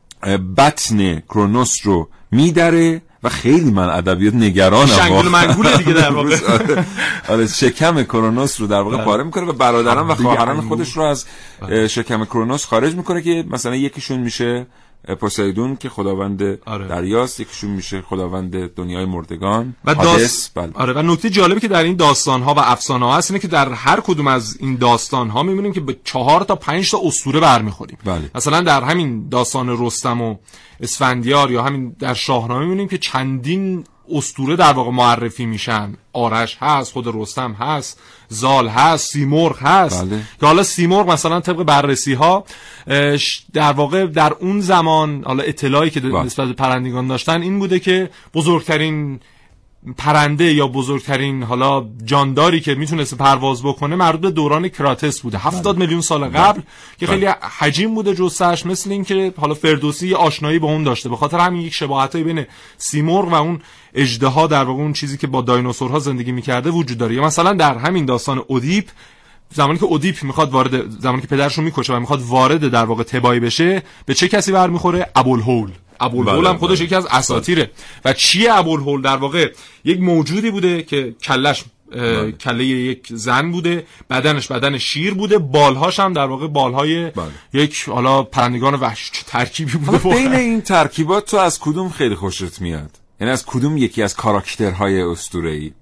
بطن کرونوس رو میدره و خیلی من ادبیات نگرانم. شنگول منگوله دیگه در واقع. آره شکم کرونوس رو در واقع پاره میکنه و برادران و خواهران خودش رو از شکم کرونوس خارج میکنه که مثلا یکیشون میشه پوسیدون که خداوند دریاست، یکیشون میشه خداوند دنیای مردگان و آره. و نکته جالبی که در این داستان ها و افسانه ها هست اینه که در هر کدوم از این داستان ها میبینیم که به 4 تا 5 تا اسطوره برمیخوریم. مثلا در همین داستان رستم و اسفندیار یا همین در شاهنامه میبینیم که چندین اسطوره در واقع معرفی میشن. آرش هست، خود رستم هست، زال هست، سیمرغ هست. بله. که حالا سیمرغ مثلا طبق بررسی ها در واقع در اون زمان حالا اطلاعی که نسبت به پرندگان داشتن این بوده که بزرگترین پرنده یا بزرگترین حالا جانداری که میتونست پرواز بکنه مربوط به دوران کراتس بوده، 70 میلیون سال قبل که خیلی حجیم بوده جثه‌اش، مثل این که حالا فردوسی آشنایی با اون داشته، به خاطر همین یک شباهتایی بین سیمرغ و اون اژدها در واقع اون چیزی که با دایناسورها زندگی میکرده وجود داره. یا مثلا در همین داستان اودیپ، زمانی که اودیپ میخواد زمانی که پدرش رو میکشه و میخواد وارد در واقع تبایی بشه، به چه کسی برمیخوره؟ ابوالهول. ابوالهول هم خودش یکی از اساطیره. و چیه ابوالهول؟ در واقع یک موجودی بوده که کلش کله یک زن بوده، بدنش بدن شیر بوده، بالهاش هم در واقع بالهای یک حالا پرندگان وحشی. چه ترکیبی بوده. بین این ترکیبات تو از کدوم خیلی خوشت میاد؟ یعنی از کدوم یکی از کاراکترهای اسطوره‌ای؟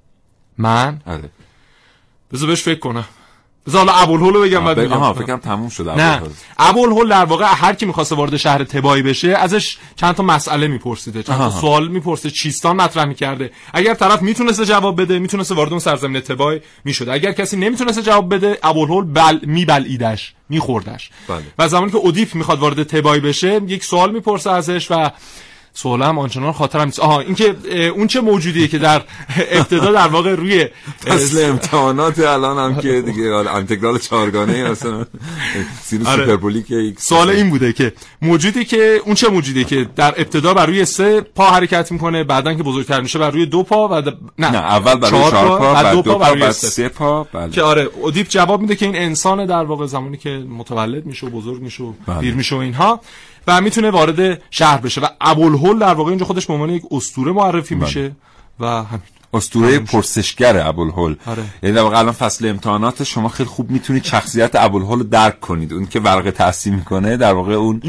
من آره بذار بهش فکر کنم. بذار حالا ابوالهول رو بگم بعد میگم. فکرم تموم شد. نه، ابوالهول در واقع هر کی می‌خواسته وارد شهر تبایی بشه ازش چند تا مسئله میپرسیده، چند تا سوال میپرسه، چیستان مطرح می‌کرده. اگر طرف میتونسته جواب بده، میتونسته وارد اون سرزمین تبای میشد. اگر کسی نمیتونسته جواب بده، ابوالهول میبلعیدش، میخوردش. و زمانی که اودیپ میخواد وارد تبایی بشه، یک سوال میپرسه ازش و سوالم آنچنان خاطرم نیست. این که اون چه موجودیه که در ابتدا در واقع روی اصل امتحانات الان هم که دیگه انتگرال چهارگانه اصلا سینوس هیپربولیک، سوال این بوده که موجودی که اون چه موجودیه که در ابتدا بر روی 3 پا حرکت میکنه، بعدن که بزرگتر میشه بر روی 2 پا و نه اول بر روی 4 پا، بعد 2 پا، بعد 3 پا. که آره اودیپ جواب میده که این انسان در واقع زمانی که متولد میشه و بزرگ میشه و پیر میشه و اینها و میتونه وارد شهر بشه. و ابوالهول در واقع اینجا خودش به عنوان یک اسطوره معرفی میشه و همین اسطوره پرسشگر ابوالهول. یعنی در واقع الان فصل امتحانات شما خیلی خوب میتونید شخصیت ابوالهول رو درک کنید. اون که ورقه تحصیل میکنه در واقع اون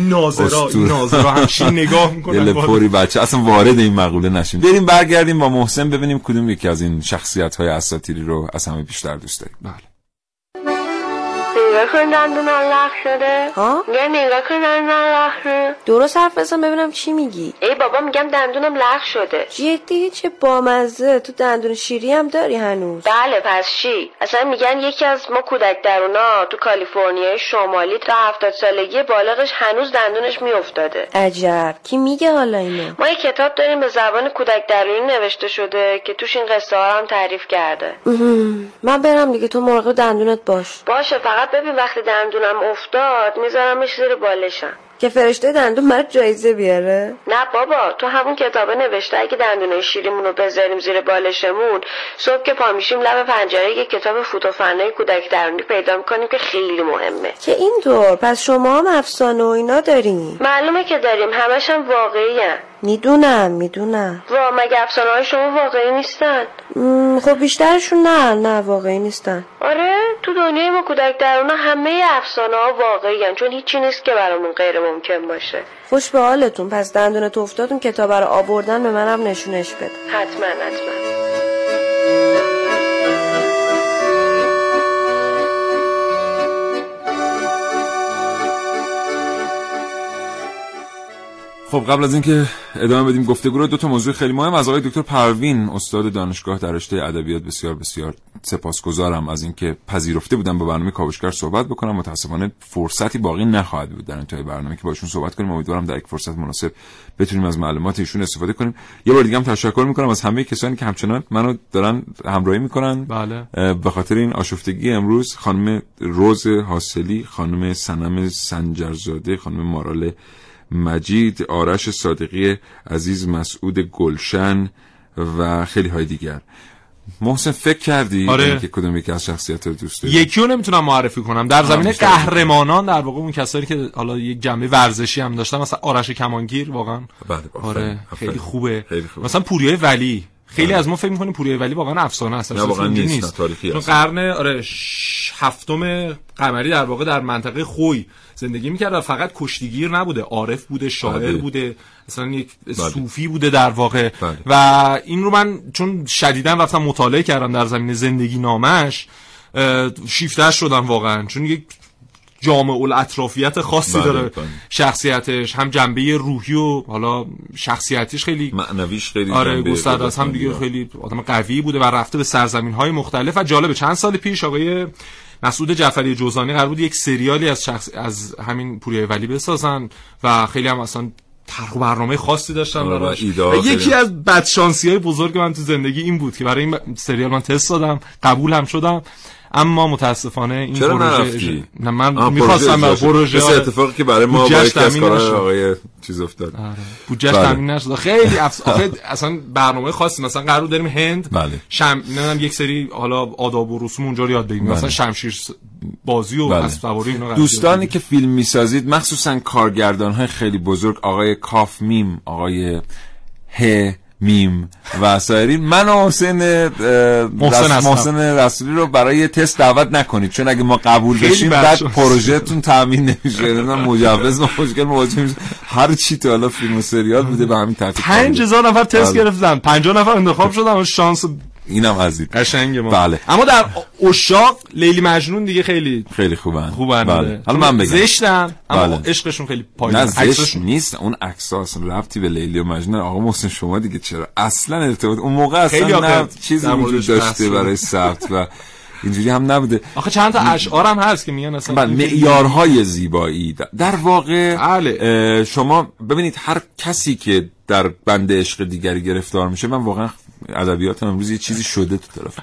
ناظرا همشین نگاه میکنه. دل پوری بچه اصلا وارد این مقوله نشیم. بریم برگردیم با محسن ببینیم کدوم یکی از این شخصیت‌های اساطیری رو از همه بیشتر دوست داریم. بله. نگاه کن دندونم لخ شده. ها؟ میگم نگاه کن دندونم لخ شده. درست حرف بزن ببینم چی میگی. ای بابا میگم دندونم لخ شده. جدی؟ چه بامزه. تو دندون شیری هم داری هنوز؟ بله پس چی؟ اصلا میگن یکی از ما کودک درونا تو کالیفرنیای شمالی تا 70 سالگی بالغش هنوز دندونش میافتاده. عجب. کی میگه حالا اینو؟ ما یه کتاب داریم به زبان کودک درونی نوشته شده که توش این قصه ها هم تعریف کرده. من برم دیگه، تو مراقب دندونت باش. باشه، فقط ببین وقتی دندونم افتاد میذارمش زیر بالشم که فرشته دندون برات جایزه بیاره. نه بابا، تو همون کتابه نوشته اگه دندونای شیریمون رو بذاریم زیر بالشمون، صبح که پا میشیم لب پنجره یه کتاب فوت و فنای کودک درونی پیدا میکنیم که خیلی مهمه. که اینطور پس شما هم افسانه و اینا دارین؟ معلومه که داریم، همش هم واقعیه. میدونم. مگه افسانه های شما واقعی نیستن؟ خب بیشترشون نه واقعی نیستن. آره تو دنیای ما کودک درونه همه افسانه ها واقعی هن، چون هیچی نیست که برامون غیر ممکن باشه. خوش به حالتون. پس دندونت افتاد اون کتاب رو آوردن به منم نشونش بده. حتما. خب قبل از اینکه ادامه بدیم گفتگو رو، 2 موضوع خیلی مهم از آقای دکتر پروین، استاد دانشگاه در رشته ادبیات، بسیار بسیار سپاسگزارم از اینکه پذیرفته بودن با برنامه کاوشگر صحبت بکنم. متاسفانه فرصتی باقی نخواهد بود در انتهای برنامه که باشون صحبت کنیم. امیدوارم در یک فرصت مناسب بتونیم از معلومات ایشون استفاده کنیم. یه بار دیگه هم تشکر میکنم از همه کسانی که همچنان منو دارن همراهی میکنن. بله. به خاطر این آشفتگی امروز، خانم روز حاصلی، خانم صنم سنجرزاده، خانم مارال مجید، آرش صادقی عزیز، مسعود گلشن و خیلی های دیگر. محسن فکر کردی که کدوم یکی از شخصیت‌ها رو دوست داری؟ یکی رو نمیتونم معرفی کنم. در زمینه قهرمانان در واقع اون کسایی که حالا یک جنبه ورزشی هم داشتن، مثلا آرش کمانگیر واقعا خیلی خوبه. مثلا پوریای ولی، خیلی از ما فکر می‌کنیم پوریای ولی واقعا افسانه است، نه واقعا نیست، تاریخی است. قرن 7م قمری در واقع در منطقه خوی زندگی می‌کرد و فقط کشتیگیر نبوده، عارف بوده، شاعر بوده، مثلا یک صوفی بوده در واقع. و این رو من چون شدیداً رفتم مطالعه کردم در زمینه زندگی نامش، شیفته‌اش شدم واقعا، چون یک جامع الاطرافیت خاصی داره شخصیتش، هم جنبه روحی و حالا شخصیتیش خیلی معنویش خیلی گسترده است، هم دیگه خیلی آدم قوی بوده و رفته به سرزمین‌های مختلف. و جالبه چند سال پیش آقای مسعود جعفری جوزانی قرار بود یک سریالی از همین پوریا ولی بسازن و خیلی هم اصلا طرح و برنامه خاصی داشتن براش. یکی از بدشانسی‌های بزرگ من تو زندگی این بود که برای این سریال من تست دادم، قبول هم شدم، اما متاسفانه این پروژه نه من می‌خواستم با پروژه مثل اتفاقی که برای ما با یکی از کارهای آقای چیز افتاد بودجهش تامین نشد. خیلی اصلا برنامه خاصی مثلا قرار داریم هند نمیدونم یک سری حالا آداب و رسوم اونجا رو یاد بگیریم، مثلا شمشیر بازی و اسب سواری اینا. دوستانی که فیلم میسازید مخصوصا کارگردان‌های خیلی بزرگ، آقای کاف میم، آقای ه میم و سایرین، من و محسن رسولی رو برای تست دعوت نکنید، چون اگه ما قبول بشیم بعد پروژهتون تامین نمیشه. نمیدونم مجوز مشکل مواجه میشه. هر چی تو حالا فیلم و سریال بوده به همین ترتیب 5000 نفر تست گرفتن، 50 نفر انتخاب شدن و شانس اینم از این قشنگه ما. بله. اما در عشاق لیلی مجنون دیگه خیلی خوبن. بله. حالا من بگم زشتن اما عشقشون خیلی پایینه. نه زشت نیست، اون عکس‌ها اصلا ربطی به لیلی و مجنون. آقا محسن شما دیگه چرا اصلا ارتباط اون موقع اصلا چیزی وجود داشته برای ثبت و اینجوری هم نبوده. آخه چند تا اشعار هم هست که میگن اصلا معیارهای زیبایی در واقع. شما ببینید هر کسی که در بند عشق دیگری گرفتار میشه، من واقعا ادبیاتم امروز یه چیزی شده تو طرف.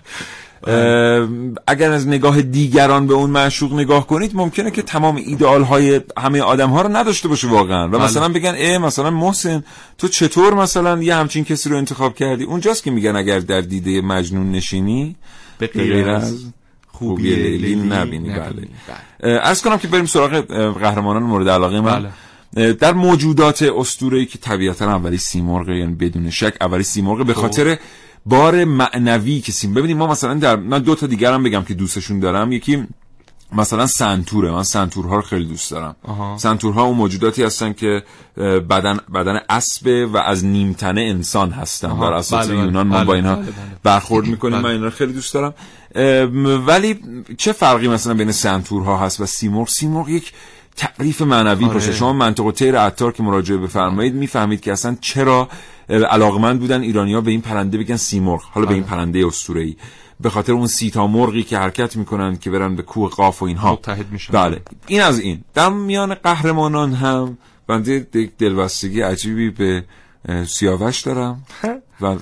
اگر از نگاه دیگران به اون معشوق نگاه کنید ممکنه که تمام ایدئال های همه آدم ها رو نداشته باشه واقعا و مثلا بگن مثلا محسن تو چطور مثلا یه همچین کسی رو انتخاب کردی. اونجاست که میگن اگر در دیده مجنون نشینی به غیر از خوبی لیلی نبینی. بله. عرض کنم که بریم سراغ قهرمانان مورد علاقه من. در موجودات اسطوره‌ای که طبیعتا اولی سیمرغ، یعنی بدون شک اولی سیمرغ، به خاطر بار معنوی که ببینید ما مثلا من دو تا دیگر هم بگم که دوستشون دارم. یکی مثلا سنتوره، من سنتورها رو خیلی دوست دارم. سنتورها اون موجوداتی هستن که بدن اسب و از نیمتنه انسان هستن. در اساس یونان ما با اینها برخورد میکنیم. من اینا رو خیلی دوست دارم. ولی چه فرقی مثلا بین سنتورها هست و سیمرغ؟ سیمرغ یک تعریف معنوی باشه. شما منطقه طیر عطار که مراجعه بفرمایید میفهمید که اصلا چرا علاقمند بودن ایرانی‌ها به این پرنده بگن سیمرغ، حالا به این پرنده اسطوره‌ای، به خاطر اون 30 تا مرغی که حرکت میکنن که برن به کوه قاف و اینها متحد میشن. بله. این از این. در میان قهرمانان هم بنده دلبستگی عجیبی به سیاوش دارم و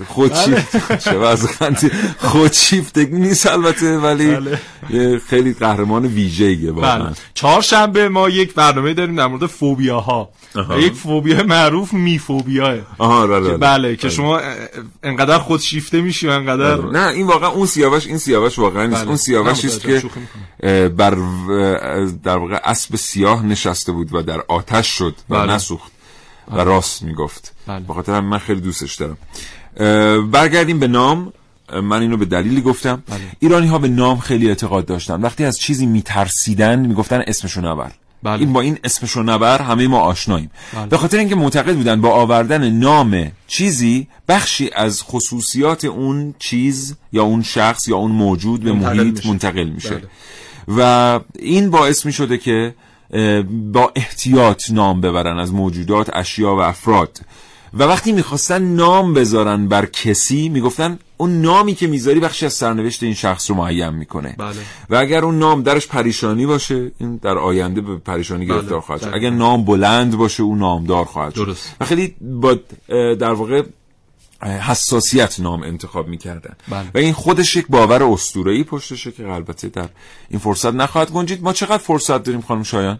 خودشیفتگی نیست البته، ولی خیلی قهرمان ویژه‌ایه واقعا. چهارشنبه ما یک برنامه داریم در مورد فوبیاها. یک فوبیا معروف میفوبیاه. بله که شما انقدر خودشیفته میشی و انقدر نه این واقعا اون سیاوش، این سیاوش واقعا نیست. اون سیاوشی است که بر در واقع اسب سیاه نشسته بود و در آتش شد و نسوخت و راست میگفت. به خاطر همین من خیلی دوستش دارم. برگردیم به نام. من اینو به دلیلی گفتم. ایرانی ها به نام خیلی اعتقاد داشتن. وقتی از چیزی میترسیدن میگفتن اسمشو نبر. این با این اسمشو نبر همه ما آشناییم. به خاطر اینکه معتقد بودن با آوردن نام چیزی بخشی از خصوصیات اون چیز یا اون شخص یا اون موجود به محیط منتقل میشه. و این باعث میشده که با احتیاط نام ببرن از موجودات، اشیا و افراد. و وقتی میخواستن نام بذارن بر کسی میگفتن اون نامی که میذاری بخشی از سرنوشت این شخص رو معین میکنه. و اگر اون نام درش پریشانی باشه این در آینده به پریشانی گرفتار خواهد شد. اگر نام بلند باشه اون نامدار خواهد شد. و خیلی با در واقع حساسیت نام انتخاب میکردن. و این خودش یک باور اسطوره‌ای پشتشه که البته در این فرصت نخواهد گنجید. ما چقدر فرصت داریم خانم شایان؟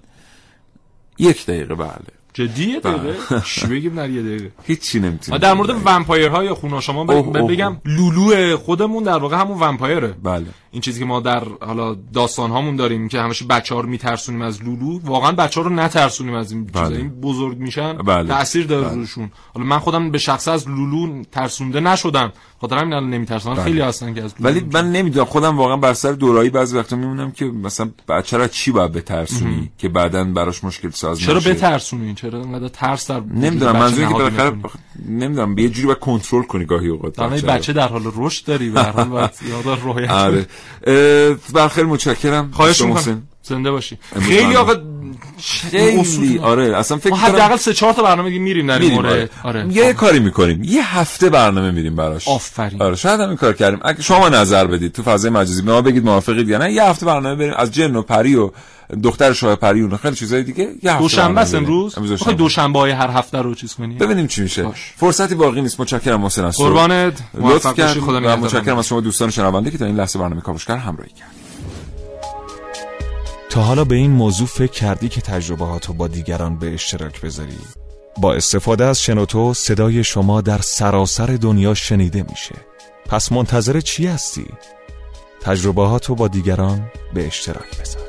1 دقیقه. بله جدیه دقیقه؟ چی بگیم در 1 دقیقه؟ هیچی نمیتونیم. در مورد ومپایرها یا خوناشاما بگم لولو خودمون در واقع همون ومپایره. بله. این چیزی که ما در حالا داستان هامون داریم که همش بچه‌ها رو میترسونیم از لولو، واقعا بچه‌ها رو نترسونیم از این چیزا. این بزرگ میشن تأثیر داره روشون. حالا من خودم به شخصه از لولو ترسونده نشدم، خاطر همین الان نمیترسم. خیلی هستن که از لولو. ولی من نمیدونم خودم واقعا بر سر دورایی بعضی وقتا میمونم که مثلا بچه را چی باید بترسونی که بعداً براش مشکل ساز نشه. چرا بترسونی؟ چرا انقدر ترس در نمیدونم. منظوری که بالاخره نمیدونم یه جوری باید کنترل کنی گاهی اوقات. بچه در حال رشد داری به هر حال باید یاد رویت. بخیر متشکرم. خواهش می‌کنم. زنده باشی. خیلی آقا خیلی آره اصلا فکر کنم حداقل 3-4 تا برنامه میریم در این مورد. آره یه کاری میکنیم، یه هفته برنامه میریم براش. آفرین. آره شاید همین کار کردیم. اگه شما نظر بدید تو فضای مجازی به ما بگید موافقید یا نه، یه هفته برنامه بریم از جن و پری و دختر شاه پری و خیلی چیزای دیگه. دوشنبه است امروز. میخوای دوشنبه‌های هر هفته رو چیز کنی؟ ببینیم چی میشه. فرصتی باقی نیست. متشکرم محسن از قربانت. موفق باشی. خدا نگهدار. متشکرم از شما دوستان شنونده که تا این لحظه برنامه کاوشگر همراهی کردید. تا حالا به این موضوع فکر کردی که تجربهاتو با دیگران به اشتراک بذاری؟ با استفاده از شنوتو صدای شما در سراسر دنیا شنیده میشه. پس منتظر چی هستی؟ تجربهاتو با دیگران به اشتراک بذار.